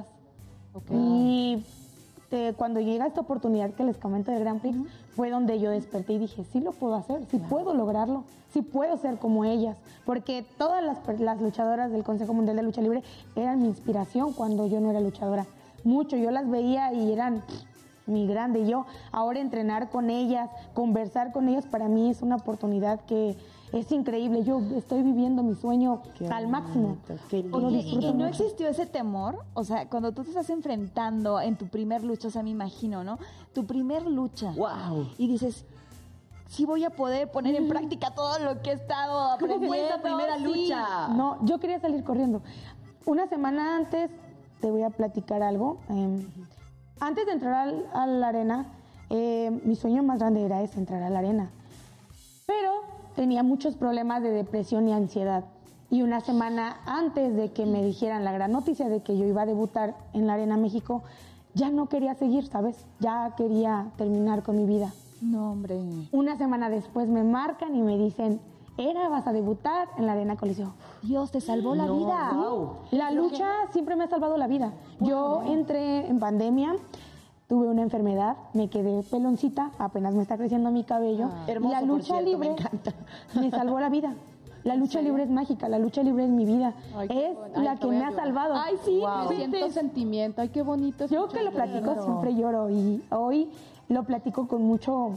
Y cuando llega esta oportunidad que les comento del Grand Prix, fue donde yo desperté y dije, sí lo puedo hacer, sí puedo lograrlo, sí puedo ser como ellas. Porque todas las luchadoras del Consejo Mundial de Lucha Libre eran mi inspiración cuando yo no era luchadora. Mucho, yo las veía y eran mi grande. Yo ahora entrenar con ellas, conversar con ellas, para mí es una oportunidad que es increíble. Yo estoy viviendo mi sueño Qué al máximo. bonito, qué lindo. Lo Oye, disfruto ¿y no mucho. existió ese temor? O sea, cuando tú te estás enfrentando en tu primer lucha, o sea, me imagino, ¿no? Tu primer lucha. ¡Wow! Y dices, sí voy a poder poner en práctica todo lo que he estado ¿Cómo aprendiendo. fue esa primera Sí. lucha? No, yo quería salir corriendo. Una semana antes, te voy a platicar algo. Antes de entrar a la arena, mi sueño más grande era ese, entrar a la arena. Pero tenía muchos problemas de depresión y ansiedad. Y una semana antes de que me dijeran la gran noticia de que yo iba a debutar en la Arena México, ya no quería seguir, ¿sabes? Ya quería terminar con mi vida. No, hombre. Una semana después me marcan y me dicen, vas a debutar en la Arena Coliseo. Dios, te salvó la vida. La lucha siempre me ha salvado la vida. Yo entré en pandemia, tuve una enfermedad, me quedé peloncita, apenas me está creciendo mi cabello. Hermoso, y la lucha por cierto, libre me encanta. me salvó la vida. La lucha libre es mágica, la lucha libre es mi vida. Ay, qué Es bonito. la Ay, que voy a me ha llorar. salvado. Ay, sí, Me siento sentimiento. Ay, qué bonito. Yo que lo platico siempre lloro y hoy lo platico con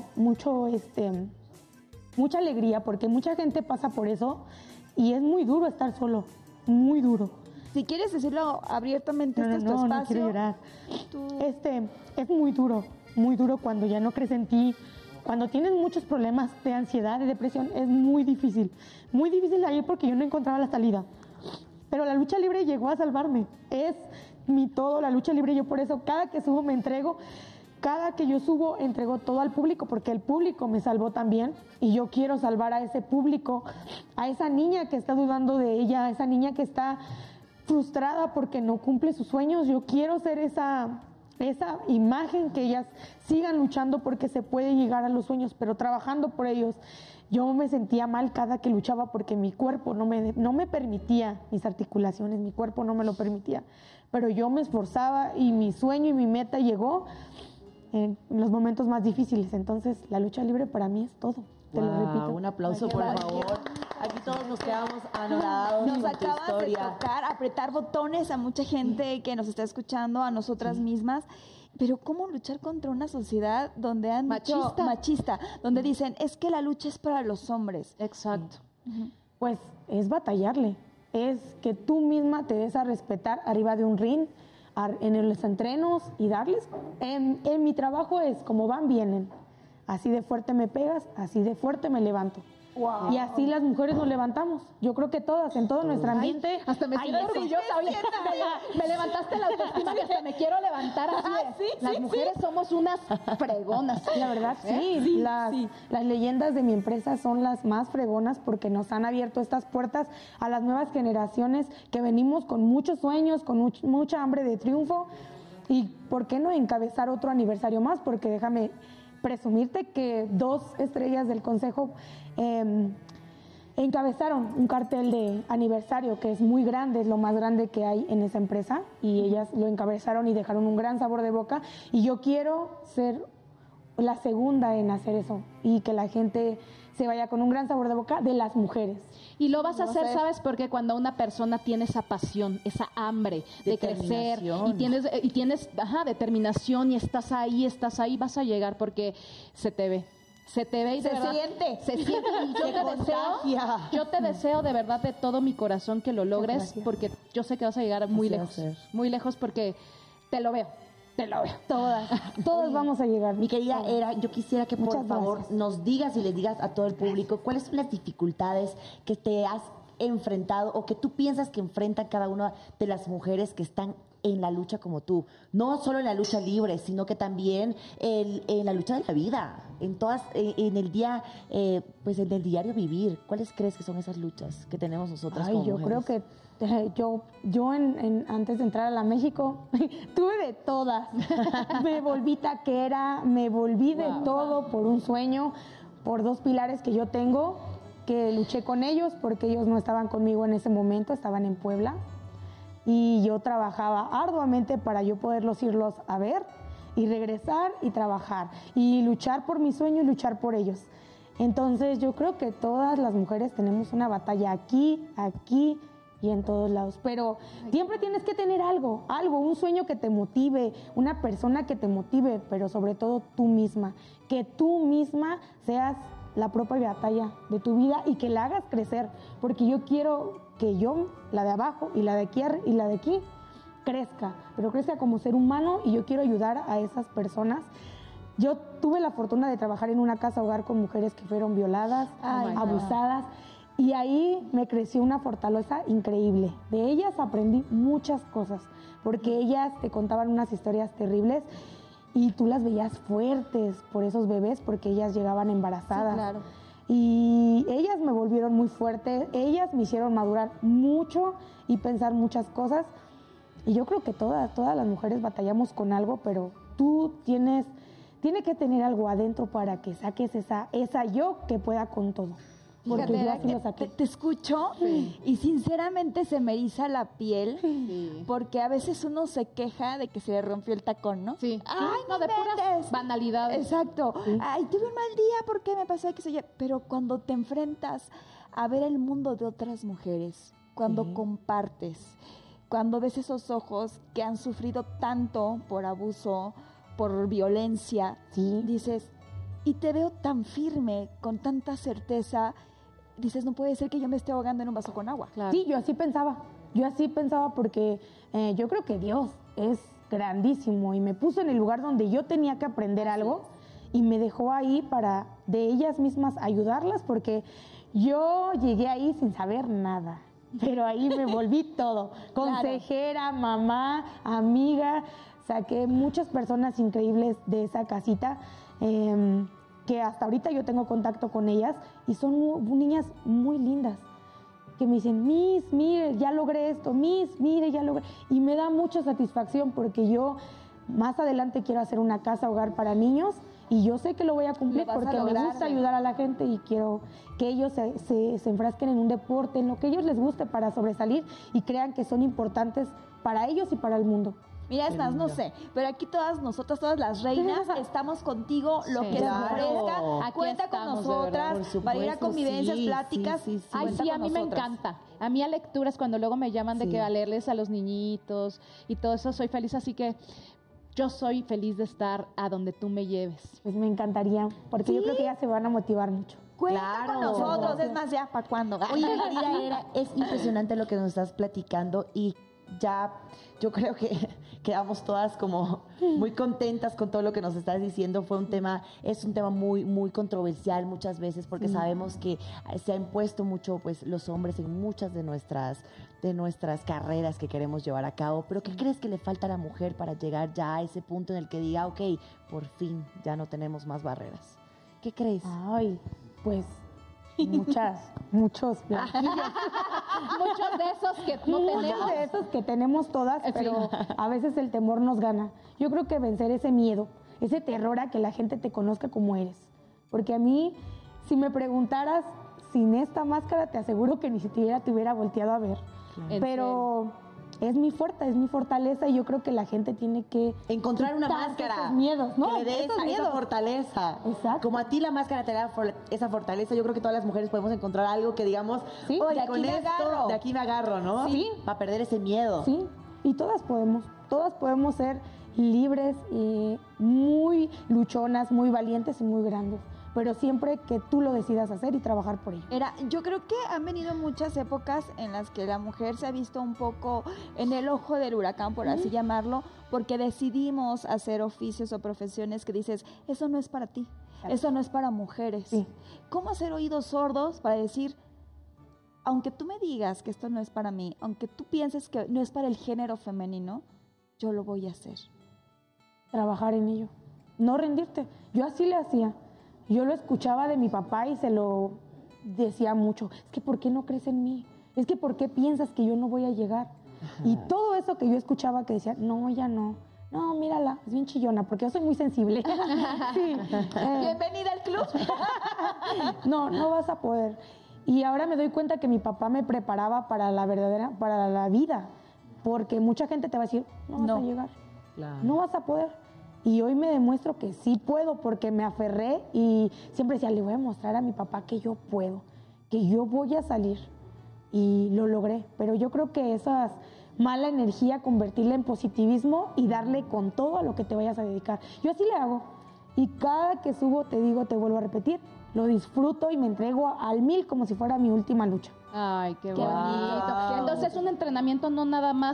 mucha alegría porque mucha gente pasa por eso y es muy duro estar solo, muy duro. Si quieres decirlo abiertamente, este es tu No espacio. quiero llorar. Tú- Es muy duro cuando ya no crees en ti, cuando tienes muchos problemas de ansiedad, de depresión, es muy difícil ahí porque yo no encontraba la salida. Pero la lucha libre llegó a salvarme, es mi todo, la lucha libre, yo por eso cada que subo me entrego, cada que yo subo entrego todo al público porque el público me salvó también y yo quiero salvar a ese público, a esa niña que está dudando de ella, a esa niña que está frustrada porque no cumple sus sueños. Yo quiero ser esa imagen que ellas sigan luchando porque se puede llegar a los sueños, pero trabajando por ellos. Yo me sentía mal cada que luchaba porque mi cuerpo no me permitía, mis articulaciones, mi cuerpo no me lo permitía, pero yo me esforzaba y mi sueño y mi meta llegó en los momentos más difíciles. Entonces la lucha libre para mí es todo, te lo repito. Un aplauso, por favor. Aquí todos nos quedamos anodados Nos con tu acabas de historia. tocar, apretar botones a mucha gente que nos está escuchando, a nosotras mismas. Pero ¿cómo luchar contra una sociedad donde han dicho machista, donde dicen, es que la lucha es para los hombres? Exacto. Pues es batallarle, es que tú misma te des a respetar arriba de un ring, en los entrenos y darles. En mi trabajo es como van, vienen. Así de fuerte me pegas, así de fuerte me levanto. Wow. Y así las mujeres nos levantamos. Yo creo que todas, en todo nuestro ambiente. Hasta me siento orgullosa. Oye, me levantaste la autoestima y hasta me quiero levantar así. Las mujeres somos unas fregonas. La verdad, sí. Las leyendas de mi empresa son las más fregonas porque nos han abierto estas puertas a las nuevas generaciones que venimos con muchos sueños, con mucha hambre de triunfo. Y ¿por qué no encabezar otro aniversario más? Porque déjame presumirte que 2 estrellas del consejo encabezaron un cartel de aniversario que es muy grande, es lo más grande que hay en esa empresa y ellas lo encabezaron y dejaron un gran sabor de boca y yo quiero ser la segunda en hacer eso y que la gente se vaya con un gran sabor de boca de las mujeres. Y lo vas a hacer, ¿sabes? Porque cuando una persona tiene esa pasión, esa hambre de crecer y tienes determinación y estás ahí, vas a llegar porque se te ve. Se te ve y de verdad se siente. Y yo te deseo de verdad de todo mi corazón que lo logres porque yo sé que vas a llegar muy lejos porque te lo veo. Todas vamos a llegar. Mi querida Era, yo quisiera que por Muchas favor gracias. nos digas y les digas a todo el público cuáles son las dificultades que te has enfrentado o que tú piensas que enfrentan cada una de las mujeres que están en la lucha como tú. No solo en la lucha libre, sino que también en la lucha de la vida, en el día, pues en el diario vivir. ¿Cuáles crees que son esas luchas que tenemos nosotras como yo mujeres? creo que yo antes de entrar a la México tuve de todas. Me volví taquera, me volví de todo por un sueño, por 2 pilares que yo tengo, que luché con ellos porque ellos no estaban conmigo en ese momento, estaban en Puebla. Y yo trabajaba arduamente para yo poderlos irlos a ver y regresar y trabajar y luchar por mi sueño y luchar por ellos. Entonces yo creo que todas las mujeres tenemos una batalla aquí y en todos lados. Pero siempre tienes que tener algo, un sueño que te motive, una persona que te motive, pero sobre todo tú misma. Que tú misma seas la propia batalla de tu vida y que la hagas crecer. Porque yo quiero que yo, la de abajo y la de aquí y la de aquí, crezca, pero crezca como ser humano y yo quiero ayudar a esas personas. Yo tuve la fortuna de trabajar en una casa hogar con mujeres que fueron violadas, abusadas, y ahí me creció una fortaleza increíble. De ellas aprendí muchas cosas, porque ellas te contaban unas historias terribles y tú las veías fuertes por esos bebés, porque ellas llegaban embarazadas. Sí, claro. Y ellas me volvieron muy fuerte, ellas me hicieron madurar mucho y pensar muchas cosas. Y yo creo que todas las mujeres batallamos con algo, pero tú tiene que tener algo adentro para que saques esa yo que pueda con todo. Porque Fíjate, yo así lo saqué. te escucho y sinceramente se me eriza la piel porque a veces uno se queja de que se le rompió el tacón, ¿no? Sí. Ay, no, de puras inventes. banalidades. Exacto. Ay, tuve un mal día, ¿por qué me pasó que soy? Pero cuando te enfrentas a ver el mundo de otras mujeres, cuando compartes, cuando ves esos ojos que han sufrido tanto por abuso, por violencia, dices, y te veo tan firme, con tanta certeza, dices, no puede ser que yo me esté ahogando en un vaso con agua. Claro. Sí, yo así pensaba porque yo creo que Dios es grandísimo y me puso en el lugar donde yo tenía que aprender algo y me dejó ahí para de ellas mismas ayudarlas porque yo llegué ahí sin saber nada, pero ahí me volví todo, consejera, mamá, amiga, saqué muchas personas increíbles de esa casita. Que hasta ahorita yo tengo contacto con ellas y son niñas muy lindas que me dicen, Miss, mire, ya logré esto, Miss, mire, ya logré. Y me da mucha satisfacción porque yo más adelante quiero hacer una casa hogar para niños y yo sé que lo voy a cumplir porque me gusta ayudar a la gente y quiero que ellos se enfrasquen en un deporte, en lo que a ellos les guste para sobresalir y crean que son importantes para ellos y para el mundo. Mira, es más, no sé, pero aquí todas nosotras, todas las reinas, estamos contigo, lo que les ofrezca. Aquí Cuenta con estamos, nosotras para ir a convivencias, pláticas. Ay, Cuenta sí, a con mí me nosotras. encanta. A mí a lecturas, cuando luego me llaman de que a leerles a los niñitos y todo eso, soy feliz. Así que yo soy feliz de estar a donde tú me lleves. Pues me encantaría, porque yo creo que ellas se van a motivar mucho. Cuenta con nosotros, es más, ya, ¿para cuándo? Oye, mi querida Era, es impresionante lo que nos estás platicando y ya yo creo que quedamos todas como muy contentas con todo lo que nos estás diciendo. Es un tema muy, muy controversial muchas veces porque sabemos que se ha impuesto mucho pues los hombres en muchas de nuestras carreras que queremos llevar a cabo. Pero ¿qué crees que le falta a la mujer para llegar ya a ese punto en el que diga, ok, por fin ya no tenemos más barreras? ¿Qué crees? Ay, pues muchos platillos. Muchos de esos que no tenemos. Muchos de esos que tenemos todas, pero a veces el temor nos gana. Yo creo que vencer ese miedo, ese terror a que la gente te conozca como eres. Porque a mí, si me preguntaras sin esta máscara, te aseguro que ni siquiera te hubiera volteado a ver. Pero es mi fortaleza y yo creo que la gente tiene que encontrar una quitarse máscara esos miedos, ¿no? que le dé Esos esa miedos. fortaleza. Exacto. Como a ti la máscara te da esa fortaleza, yo creo que todas las mujeres podemos encontrar algo que digamos, Sí. oye, De aquí con me esto, agarro. de aquí me agarro, ¿no? Sí. Para perder ese miedo. Sí, y todas podemos ser libres y muy luchonas, muy valientes y muy grandes, pero siempre que tú lo decidas hacer y trabajar por ello. Yo creo que han venido muchas épocas en las que la mujer se ha visto un poco en el ojo del huracán, por así llamarlo, porque decidimos hacer oficios o profesiones que dices, eso no es para ti, eso no es para mujeres. Sí. ¿Cómo hacer oídos sordos para decir, aunque tú me digas que esto no es para mí, aunque tú pienses que no es para el género femenino, yo lo voy a hacer? Trabajar en ello, no rendirte. Yo así le hacía. Yo lo escuchaba de mi papá y se lo decía mucho. Es que ¿por qué no crees en mí? Es que ¿por qué piensas que yo no voy a llegar? Y todo eso que yo escuchaba que decía, no, ella no. No, mírala, es bien chillona, porque yo soy muy sensible. Sí. Bienvenida al club. No vas a poder. Y ahora me doy cuenta que mi papá me preparaba para la vida, porque mucha gente te va a decir, no vas a llegar, no vas a poder. Y hoy me demuestro que sí puedo, porque me aferré y siempre decía, le voy a mostrar a mi papá que yo puedo, que yo voy a salir. Y lo logré, pero yo creo que esa mala energía, convertirla en positivismo y darle con todo a lo que te vayas a dedicar. Yo así le hago. Y cada que subo, te vuelvo a repetir, lo disfruto y me entrego al 1000 como si fuera mi última lucha. Ay, qué bonito. Entonces, un entrenamiento no nada más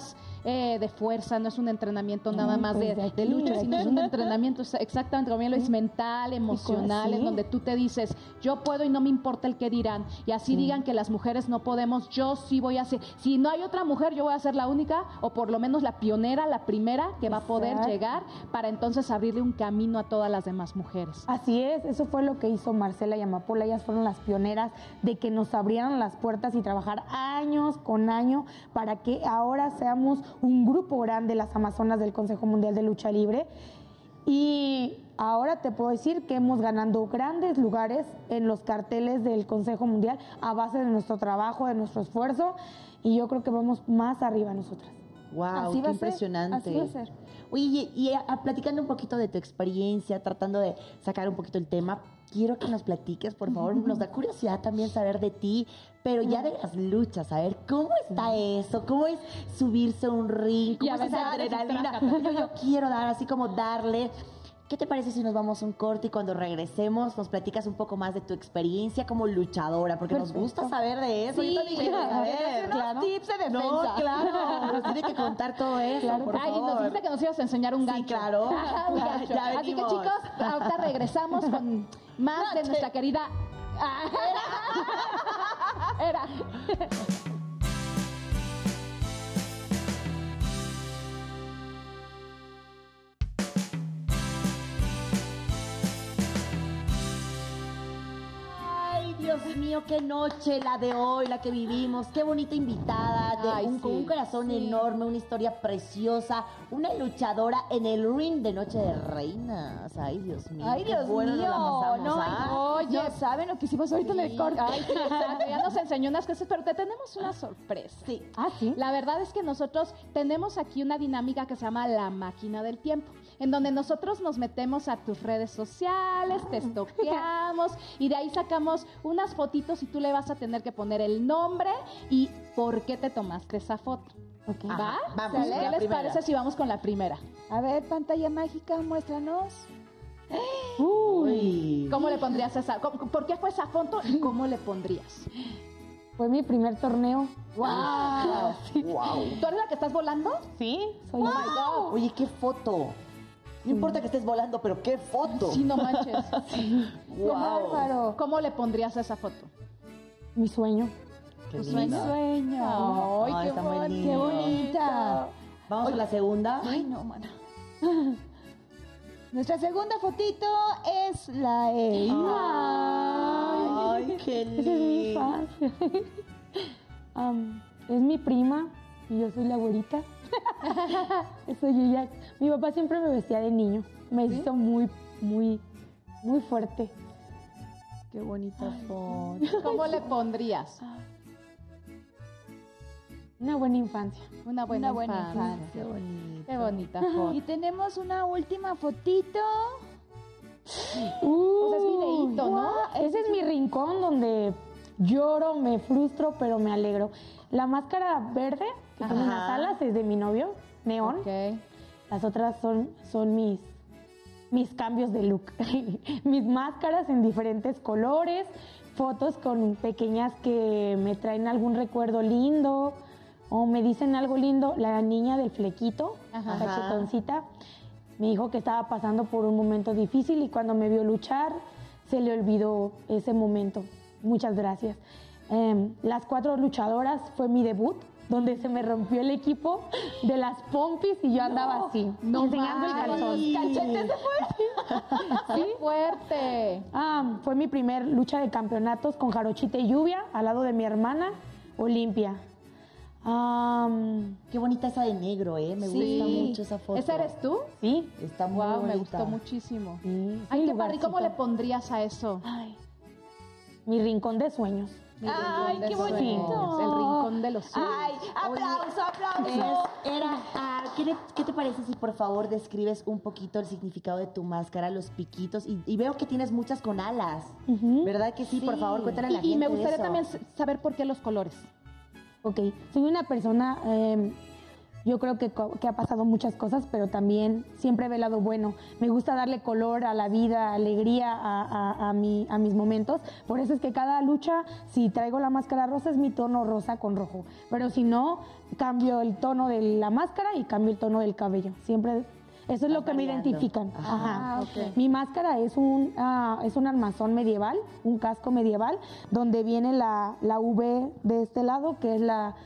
de fuerza, no es un entrenamiento nada más pues de lucha, sino es un entrenamiento exactamente como bien lo es mental, emocional, en donde tú te dices, yo puedo y no me importa el que dirán, y así digan que las mujeres no podemos, yo sí voy a hacer, si no hay otra mujer, yo voy a ser la única, o por lo menos la pionera, la primera que va a poder llegar para entonces abrirle un camino a todas las demás mujeres. Así es, eso fue lo que hizo Marcela y Amapola. Ellas fueron las pioneras de que nos abrieran las puertas y trabajar años con año para que ahora seamos un grupo grande, las Amazonas del Consejo Mundial de Lucha Libre. Y ahora te puedo decir que hemos ganado grandes lugares en los carteles del Consejo Mundial a base de nuestro trabajo, de nuestro esfuerzo, y yo creo que vamos más arriba nosotras. Wow, Así qué va a ser, impresionante. así va a ser. Oye, platicando un poquito de tu experiencia, tratando de sacar un poquito el tema, quiero que nos platiques, por favor. Nos da curiosidad también saber de ti, pero ya de las luchas, a ver, ¿cómo está eso? ¿Cómo es subirse a un ring? ¿Cómo Y a es esa veces adrenalina? Yo quiero dar, así como darle. ¿Qué te parece si nos vamos a un corte y cuando regresemos nos platicas un poco más de tu experiencia como luchadora? Porque nos gusta saber de eso. Sí, Yo también quiero saber. unos tips de defensa. No, claro. Nos tiene que contar todo eso, por Ay, favor. nos dijiste que nos ibas a enseñar un gancho. Sí, claro. Un gancho. Ya Así que venimos. chicos, ahorita regresamos con más de nuestra querida... Era. Ay, Dios mío, qué noche la de hoy, la que vivimos. Qué bonita invitada, con un corazón enorme, una historia preciosa, una luchadora en el ring de Noche de Reinas. Ay, Dios mío. Ay, qué Dios bueno mío. nos la pasamos, No, ¿ah? Oye, no saben lo que hicimos ahorita en el corte. Ay, sí, exacto. Ya nos enseñó unas cosas, pero te tenemos una sorpresa. Sí. Ah, sí. La verdad es que nosotros tenemos aquí una dinámica que se llama la máquina del tiempo, en donde nosotros nos metemos a tus redes sociales, te estoqueamos y de ahí sacamos unas fotitos y tú le vas a tener que poner el nombre y por qué te tomaste esa foto. Ok. Ajá, ¿Va? vamos, ¿Sale? la ¿Qué les primera. parece si vamos con la primera? A ver, pantalla mágica, muéstranos. Uy. ¿Cómo le pondrías esa? ¿Por qué fue esa foto y cómo le pondrías? Fue mi primer torneo. ¡Wow! Wow. ¿Tú eres la que estás volando? Sí, soy ¡Oh, my God! Oye, qué foto. No importa que estés volando, pero qué foto. Sí, no manches. Wow. bárbaro. ¿Cómo le pondrías a esa foto? Mi sueño. Qué Tu linda. Sueño. ¡Ay, qué está muy bonito! lindo. Qué bonita. Vamos a la segunda. Ay, no, mana. Nuestra segunda fotito es la E. Ay, qué Ese es muy lindo. fácil. Es mi prima y yo soy la güerita. Soy ella. Mi papá siempre me vestía de niño. Me hizo muy, muy, muy fuerte. Qué bonita foto. ¿Cómo le pondrías? Una buena infancia. Una buena buena infancia. Qué bonita. Qué bonita foto. Y tenemos una última fotito. Pues es videíto, ¿no? Ese es mi rincón donde lloro, me frustro, pero me alegro. La máscara verde que tiene en las Ajá. alas es de mi novio, Neón. Ok. Las otras son mis cambios de look. Mis máscaras en diferentes colores, fotos con pequeñas que me traen algún recuerdo lindo o me dicen algo lindo. La niña del flequito, Ajá. cachetoncita, me dijo que estaba pasando por un momento difícil y cuando me vio luchar se le olvidó ese momento. Muchas gracias. Las 4 luchadoras fue mi debut, donde se me rompió el equipo de las pompis y yo andaba así, enseñando el calzón. ¿Cachetes se fue? ¡Qué fuerte! Fue mi primer lucha de campeonatos con Jarochita y Lluvia, al lado de mi hermana, Olimpia. Qué bonita esa de negro, ¿eh? Me Sí. gusta mucho esa foto. ¿Esa eres tú? Sí, Está muy Wow, me bonita. gustó muchísimo. sí. Ay, sí, qué padre. ¿Y cómo le lugarcito. pondrías a eso? Ay, mi rincón de sueños. Ay, qué Eso es, bonito. El rincón de los sueños. Ay, aplauso, aplauso. ¿Qué te parece si por favor describes un poquito el significado de tu máscara, los piquitos? Y veo que tienes muchas con alas, ¿verdad que sí? Por favor, cuéntale a la gente Y me de gustaría eso. también saber por qué los colores. Ok, soy una persona Yo creo que ha pasado muchas cosas, pero también siempre ve el lado bueno. Me gusta darle color a la vida, alegría a mis momentos. Por eso es que cada lucha, si traigo la máscara rosa, es mi tono rosa con rojo. Pero si no, cambio el tono de la máscara y cambio el tono del cabello. Siempre... Eso es lo que me identifican. Ajá. Okay. Mi máscara es un armazón medieval, un casco medieval, donde viene la V de este lado, que es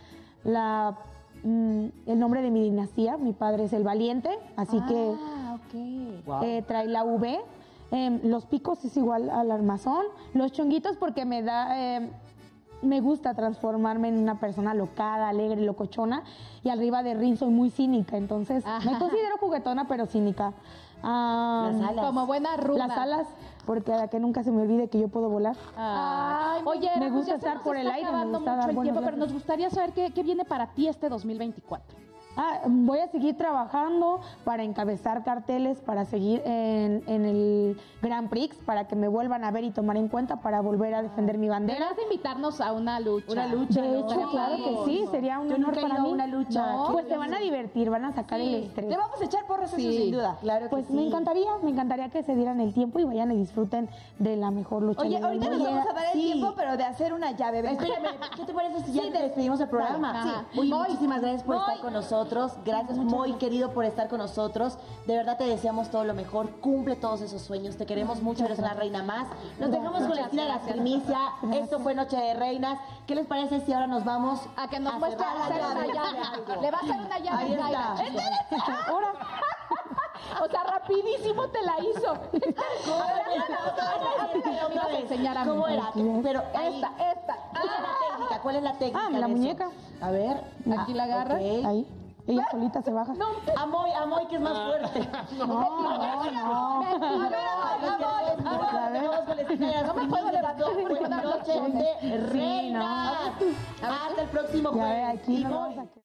el nombre de mi dinastía. Mi padre es el Valiente, así que trae la V. Los picos es igual al armazón. Los chonguitos porque me gusta transformarme en una persona locada, alegre, locochona, y arriba de Rin soy muy cínica, entonces me considero juguetona pero cínica. Las alas. Como buena runa. Las alas, porque a que nunca se me olvide que yo puedo volar. Ay, oye, me gusta ya se estar nos por está el aire, me acabando gusta dar mucho el buenos tiempo, pero viajes. nos gustaría saber qué viene para ti este 2024. Voy a seguir trabajando para encabezar carteles, para seguir en el Grand Prix, para que me vuelvan a ver y tomar en cuenta para volver a defender mi bandera. Deberás de invitarnos a una lucha. Una lucha. De hecho, ¿no? claro que sí, sería un Yo honor nunca he para ido a mí. una lucha. No, Pues te van a divertir, van a sacar el estrés. Te vamos a echar porras, Sí. eso sin duda. Claro que Pues sí. me encantaría que se dieran el tiempo y vayan y disfruten de la mejor lucha. Oye, libre ahorita del nos mundo. vamos a dar el Sí. tiempo, pero de hacer una llave. ¿ven? Espérame, ¿qué te parece si ya Sí, despedimos el programa? Ajá. Oye, Moy. muchísimas gracias por Moy. estar con nosotros. Gracias, muy querido, por estar con nosotros. De verdad te deseamos todo lo mejor. Cumple todos esos sueños. Te queremos mucho. Eres una reina más. Nos dejamos con la esquina de la primicia. Esto fue Noche de Reinas. ¿Qué les parece si ahora nos vamos A que nos a muestre cerrar hacer la una llave? llave. Le va a hacer una llave. Ahí está. Zaira. Ahora. O sea, rapidísimo te la hizo. Otra vez. Enseñar a mí. ¿Cómo era? Pero ahí. Esta. ¿Cuál es la técnica? ¿Cuál es la técnica? la de eso? muñeca. A ver. Aquí la agarras. ok. Ahí, ella solita se baja. Amoy, que es más fuerte. No me puedo levantar. Noche de reinas. Hasta el próximo Ya ve, jueves. aquí Y nos voy. vamos a...